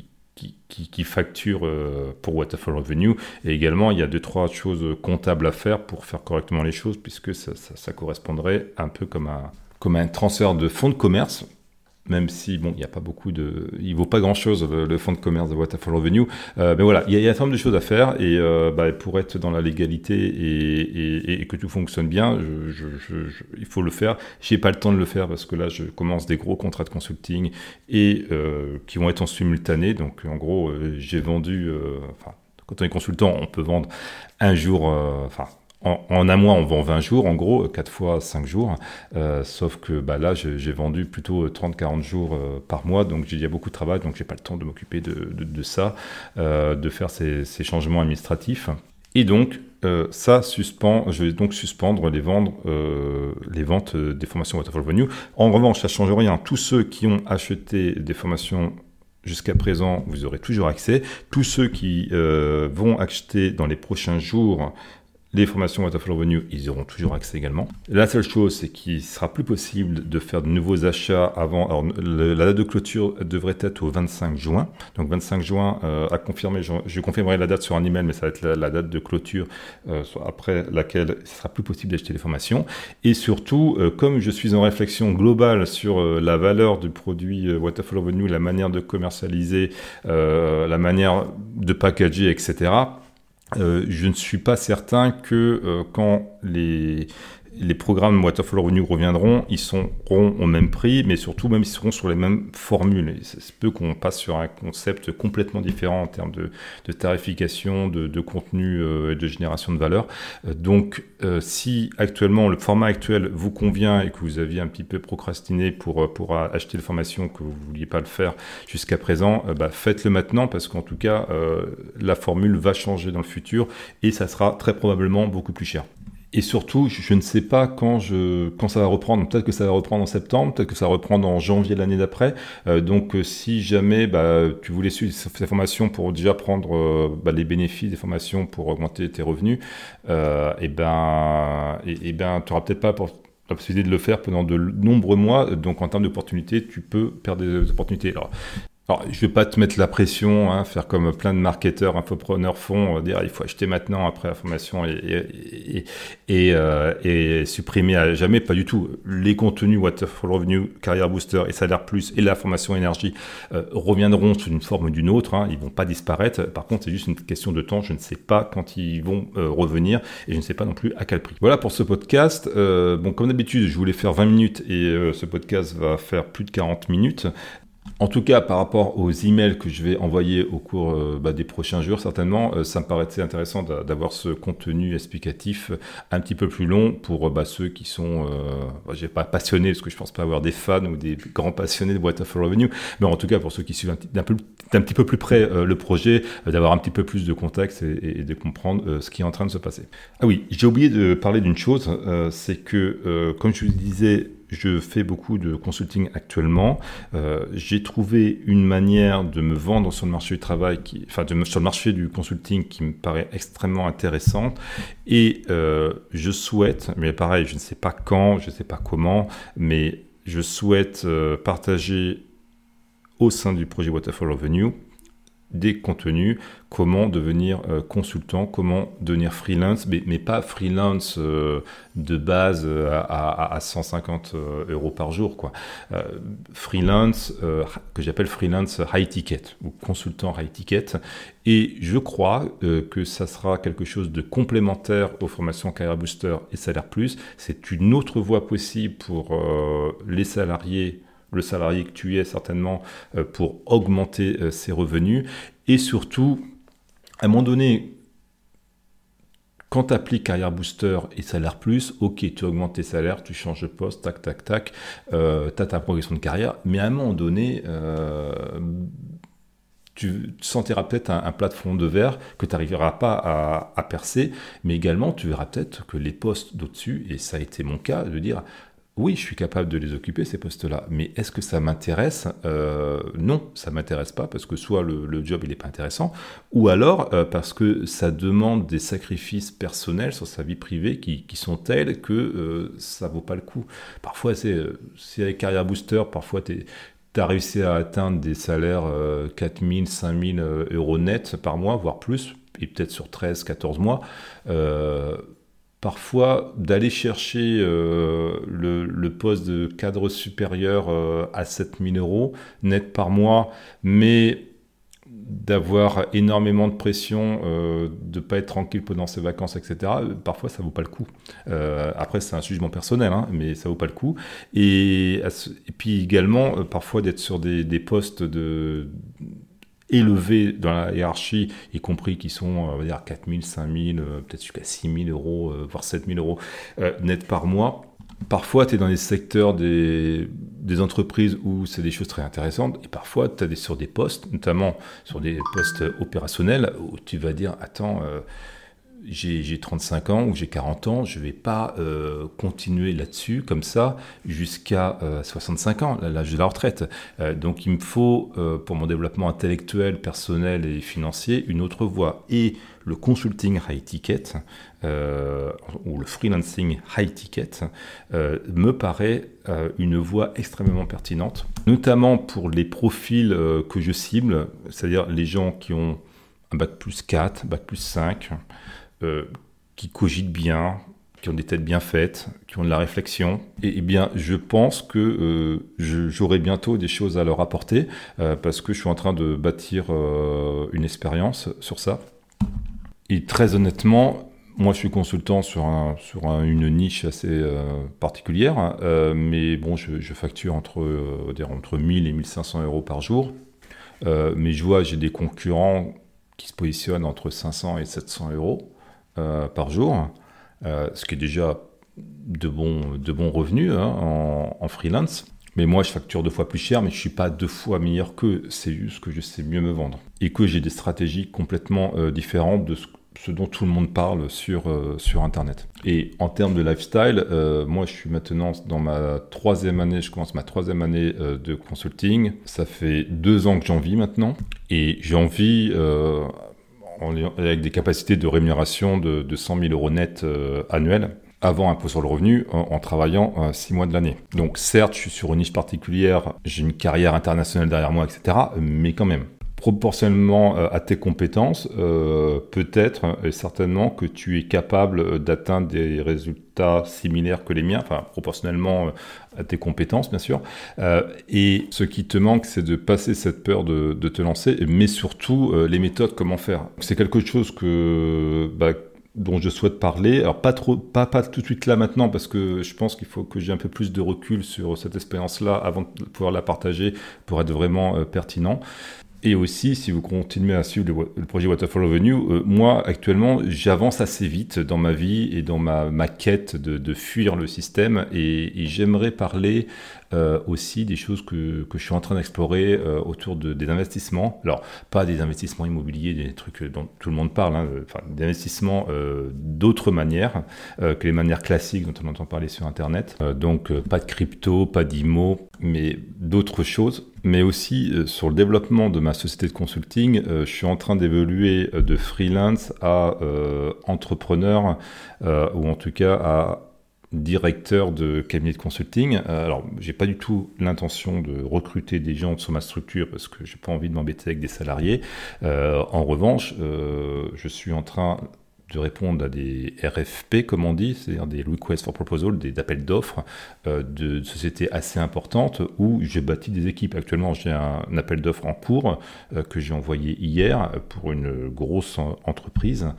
facture pour Waterfall Revenue. Et également, il y a 2-3 choses comptables à faire pour faire correctement les choses, puisque ça correspondrait un peu comme un transfert de fonds de commerce. Même si, bon, il n'y a pas il vaut pas grand chose, le fonds de commerce de Waterfall Revenue. Mais voilà, il y a un certain nombre de choses à faire et pour être dans la légalité et que tout fonctionne bien, il faut le faire. J'ai pas le temps de le faire parce que là, je commence des gros contrats de consulting et qui vont être en simultané. Donc, en gros, j'ai vendu, quand on est consultant, on peut vendre un jour, en un mois, on vend 20 jours, en gros, 4 fois 5 jours. Sauf que là, j'ai vendu plutôt 30-40 jours par mois. Donc, il y a beaucoup de travail. Donc, j'ai pas le temps de m'occuper de ça, de faire ces changements administratifs. Et donc, je vais donc suspendre les ventes des formations Waterfall Revenue. En revanche, ça ne change rien. Tous ceux qui ont acheté des formations jusqu'à présent, vous aurez toujours accès. Tous ceux qui vont acheter dans les prochains jours les formations Waterfall Revenue, ils auront toujours accès également. La seule chose, c'est qu'il sera plus possible de faire de nouveaux achats avant. Alors, la date de clôture devrait être au 25 juin. Donc, 25 juin à confirmer. Je confirmerai la date sur un email, mais ça va être la date de clôture après laquelle il sera plus possible d'acheter les formations. Et surtout, comme je suis en réflexion globale sur la valeur du produit Waterfall Revenue, la manière de commercialiser, la manière de packager, etc., je ne suis pas certain que quand les les programmes What of Revenue reviendront, ils seront au même prix, mais surtout même ils seront sur les mêmes formules. Et c'est peu qu'on passe sur un concept complètement différent en termes de tarification, de contenu et de génération de valeur. Donc si actuellement le format actuel vous convient et que vous aviez un petit peu procrastiné pour acheter la formation, que vous ne vouliez pas le faire jusqu'à présent, faites-le maintenant parce qu'en tout cas la formule va changer dans le futur et ça sera très probablement beaucoup plus cher. Et surtout, je ne sais pas quand ça va reprendre. Peut-être que ça va reprendre en septembre, peut-être que ça va reprendre en janvier l'année d'après. Donc, si jamais tu voulais suivre ces formations pour déjà prendre les bénéfices des formations pour augmenter tes revenus, tu n'auras peut-être pas la possibilité de le faire pendant de nombreux mois. Donc, en termes d'opportunités, tu peux perdre des opportunités. Alors, je vais pas te mettre la pression, faire comme plein de marketeurs, infopreneurs font, dire il faut acheter maintenant après la formation et supprimer à jamais, pas du tout. Les contenus What of Revenue, Career Booster et Salaire Plus et la formation énergie reviendront sous une forme ou d'une autre, ils vont pas disparaître. Par contre, c'est juste une question de temps, je ne sais pas quand ils vont revenir et je ne sais pas non plus à quel prix. Voilà pour ce podcast. Comme d'habitude, je voulais faire 20 minutes et ce podcast va faire plus de 40 minutes. En tout cas, par rapport aux emails que je vais envoyer au cours des prochains jours, certainement, ça me paraissait intéressant d'avoir ce contenu explicatif un petit peu plus long pour ceux qui sont, je vais pas passionnés, parce que je pense pas avoir des fans ou des grands passionnés de What of Revenue, mais en tout cas pour ceux qui suivent d'un petit peu plus près le projet, d'avoir un petit peu plus de contexte et de comprendre ce qui est en train de se passer. Ah oui, j'ai oublié de parler d'une chose, c'est que, comme je vous le disais, je fais beaucoup de consulting actuellement. J'ai trouvé une manière de me vendre sur le marché du travail, sur le marché du consulting qui me paraît extrêmement intéressante. Et je souhaite, mais pareil, je ne sais pas quand, je ne sais pas comment, mais je souhaite partager au sein du projet What of Revenue des contenus, comment devenir consultant, comment devenir freelance, mais pas freelance de base à 150 euros par jour, quoi. Freelance que j'appelle freelance high ticket ou consultant high ticket, et je crois que ça sera quelque chose de complémentaire aux formations Career Booster et Salaire Plus. C'est une autre voie possible pour les salariés, le salarié que tu es certainement, pour augmenter ses revenus. Et surtout, à un moment donné, quand tu appliques Career Booster et Salaire Plus, ok, tu augmentes tes salaires, tu changes de poste, tac, tac, tac, tu as ta progression de carrière, mais à un moment donné, tu sentiras peut-être un plafond de verre que tu n'arriveras pas à percer, mais également tu verras peut-être que les postes d'au-dessus, et ça a été mon cas, de dire oui, je suis capable de les occuper, ces postes-là, mais est-ce que ça m'intéresse ? Non, ça ne m'intéresse pas, parce que soit le job il n'est pas intéressant, ou alors parce que ça demande des sacrifices personnels sur sa vie privée qui sont tels que ça ne vaut pas le coup. Parfois, c'est avec Career Booster, parfois tu as réussi à atteindre des salaires 4 000, 5 000 euros net par mois, voire plus, et peut-être sur 13, 14 mois. Parfois, d'aller chercher le poste de cadre supérieur à 7 000 euros net par mois, mais d'avoir énormément de pression, de ne pas être tranquille pendant ses vacances, etc., parfois ça ne vaut pas le coup. Après, c'est un jugement personnel, mais ça ne vaut pas le coup. Et puis également, parfois d'être sur des postes élevés dans la hiérarchie, y compris qui sont, on va dire, 4 000, 5 000, peut-être jusqu'à 6 000 euros, voire 7 000 euros net par mois. Parfois, tu es dans les secteurs des entreprises où c'est des choses très intéressantes, et parfois, tu es sur des postes, notamment sur des postes opérationnels, où tu vas dire, attends, j'ai 35 ans ou j'ai 40 ans, je ne vais pas continuer là-dessus comme ça jusqu'à 65 ans, l'âge de la retraite. Donc il me faut, pour mon développement intellectuel, personnel et financier, une autre voie. Et le consulting high ticket, ou le freelancing high ticket, me paraît une voie extrêmement pertinente, notamment pour les profils que je cible, c'est-à-dire les gens qui ont un bac+4, bac+5, qui cogitent bien, qui ont des têtes bien faites, qui ont de la réflexion. Et bien, je pense que j'aurai bientôt des choses à leur apporter parce que je suis en train de bâtir une expérience sur ça. Et très honnêtement, Moi, je suis consultant une niche assez particulière, mais bon, je facture entre 1000 et 1500 euros par jour. Mais je vois, j'ai des concurrents qui se positionnent entre 500 et 700 euros par jour, ce qui est déjà de bons revenus hein, en freelance. Mais moi, je facture 2 fois plus cher, mais je ne suis pas 2 fois meilleur qu'eux. C'est juste que je sais mieux me vendre. Et que j'ai des stratégies complètement différentes de ce dont tout le monde parle sur Internet. Et en termes de lifestyle, moi, je suis maintenant dans ma 3e année. Je commence ma 3e année de consulting. Ça fait 2 ans que j'en vis maintenant. Et j'en vis avec des capacités de rémunération de 100 000 euros net annuels, avant impôt sur le revenu, en travaillant 6 mois de l'année. Donc certes, je suis sur une niche particulière, j'ai une carrière internationale derrière moi, etc. Mais quand même, proportionnellement à tes compétences, peut-être et certainement que tu es capable d'atteindre des résultats similaires que les miens, enfin proportionnellement à tes compétences bien sûr. Et ce qui te manque, c'est de passer cette peur de te lancer, mais surtout les méthodes, comment faire. C'est quelque chose dont je souhaite parler. Alors pas tout de suite là maintenant, parce que je pense qu'il faut que j'ai un peu plus de recul sur cette expérience-là avant de pouvoir la partager pour être vraiment pertinent. Et aussi, si vous continuez à suivre le projet Waterfall Revenue, moi, actuellement, j'avance assez vite dans ma vie et dans ma quête de fuir le système. Et j'aimerais parler aussi des choses que je suis en train d'explorer autour des investissements. Alors, pas des investissements immobiliers, des trucs dont tout le monde parle, hein, des investissements d'autres manières que les manières classiques dont on entend parler sur Internet. Donc, pas de crypto, pas d'IMO, mais d'autres choses. Mais aussi sur le développement de ma société de consulting, je suis en train d'évoluer de freelance à entrepreneur, ou en tout cas à directeur de cabinet de consulting. Alors, j'ai pas du tout l'intention de recruter des gens sur ma structure parce que j'ai pas envie de m'embêter avec des salariés. En revanche, je suis en train de répondre à des RFP, comme on dit, c'est-à-dire des Requests for Proposal, des appels d'offres de sociétés assez importantes où j'ai bâti des équipes. Actuellement, j'ai un appel d'offres en cours que j'ai envoyé hier pour une grosse entreprise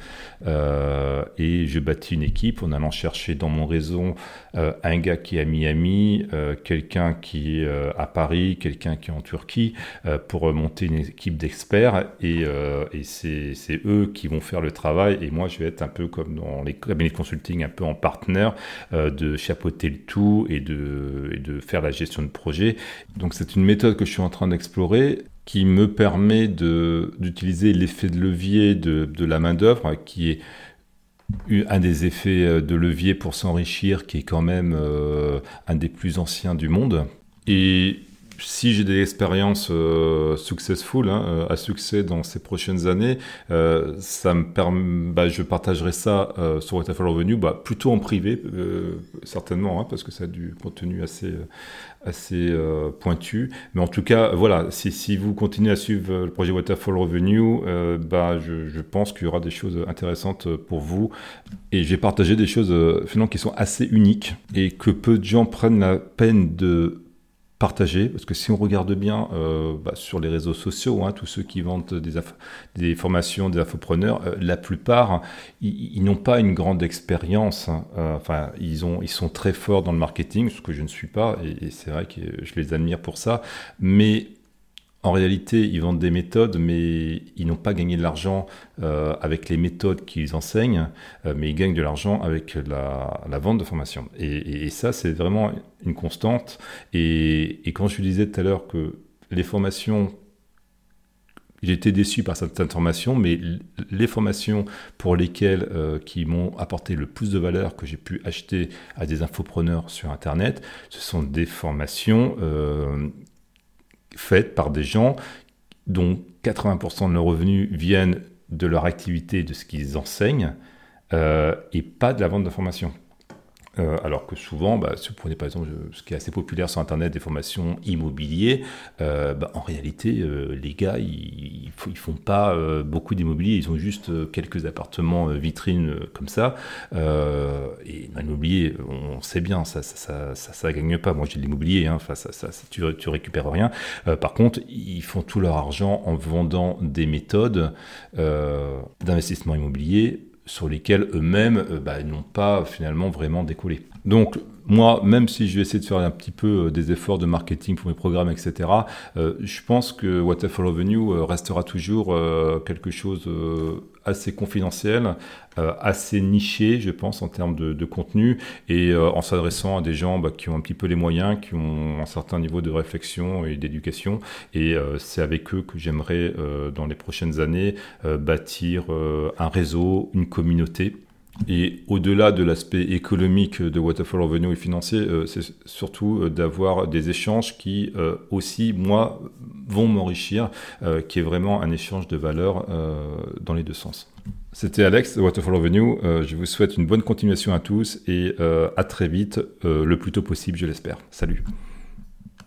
et je bâtis une équipe en allant chercher dans mon réseau un gars qui est à Miami, quelqu'un qui est à Paris, quelqu'un qui est en Turquie pour monter une équipe d'experts et c'est eux qui vont faire le travail et moi je vais être un peu comme dans les cabinets de consulting, un peu en partenaire, de chapeauter le tout et de faire la gestion de projet. Donc c'est une méthode que je suis en train d'explorer qui me permet d'utiliser l'effet de levier de la main-d'œuvre, qui est un des effets de levier pour s'enrichir, qui est quand même un des plus anciens du monde. Et si j'ai des expériences successful, à succès dans ces prochaines années, ça me permet, je partagerai ça sur Waterfall Revenue, plutôt en privé, certainement, parce que ça a du contenu assez pointu. Mais en tout cas, voilà, si vous continuez à suivre le projet Waterfall Revenue, je pense qu'il y aura des choses intéressantes pour vous. Et j'ai partagé des choses finalement qui sont assez uniques et que peu de gens prennent la peine de partager, parce que si on regarde bien sur les réseaux sociaux, tous ceux qui vendent des formations, des infopreneurs, la plupart, ils n'ont pas une grande expérience. Ils sont très forts dans le marketing, ce que je ne suis pas, et c'est vrai que je les admire pour ça, mais en réalité, ils vendent des méthodes, mais ils n'ont pas gagné de l'argent avec les méthodes qu'ils enseignent, mais ils gagnent de l'argent avec la vente de formation. Et ça, c'est vraiment une constante. Et quand je disais tout à l'heure que les formations, j'ai été déçu par certaines formations, mais les formations pour lesquelles qui m'ont apporté le plus de valeur que j'ai pu acheter à des infopreneurs sur Internet, ce sont des formations faites par des gens dont 80% de leurs revenus viennent de leur activité, de ce qu'ils enseignent, et pas de la vente d'informations. Alors que souvent, si vous prenez par exemple ce qui est assez populaire sur Internet, des formations immobilières, en réalité, les gars, ils font pas beaucoup d'immobilier, ils ont juste quelques appartements vitrines comme ça. Et dans l'immobilier, on sait bien, ça gagne pas. Moi, j'ai de l'immobilier, tu récupères rien. Par contre, ils font tout leur argent en vendant des méthodes d'investissement immobilier sur lesquels eux-mêmes n'ont pas finalement vraiment décollé. Donc moi, même si je vais essayer de faire un petit peu des efforts de marketing pour mes programmes, etc., je pense que Waterfall Revenue restera toujours quelque chose assez confidentiel, assez niché, je pense, en termes de contenu, et en s'adressant à des gens qui ont un petit peu les moyens, qui ont un certain niveau de réflexion et d'éducation, et c'est avec eux que j'aimerais, dans les prochaines années, bâtir un réseau, une communauté. Et au-delà de l'aspect économique de Waterfall Revenue et financier, c'est surtout d'avoir des échanges qui aussi, moi, vont m'enrichir, qui est vraiment un échange de valeurs dans les deux sens. C'était Alex de Waterfall Revenue. Je vous souhaite une bonne continuation à tous et à très vite, le plus tôt possible, je l'espère. Salut.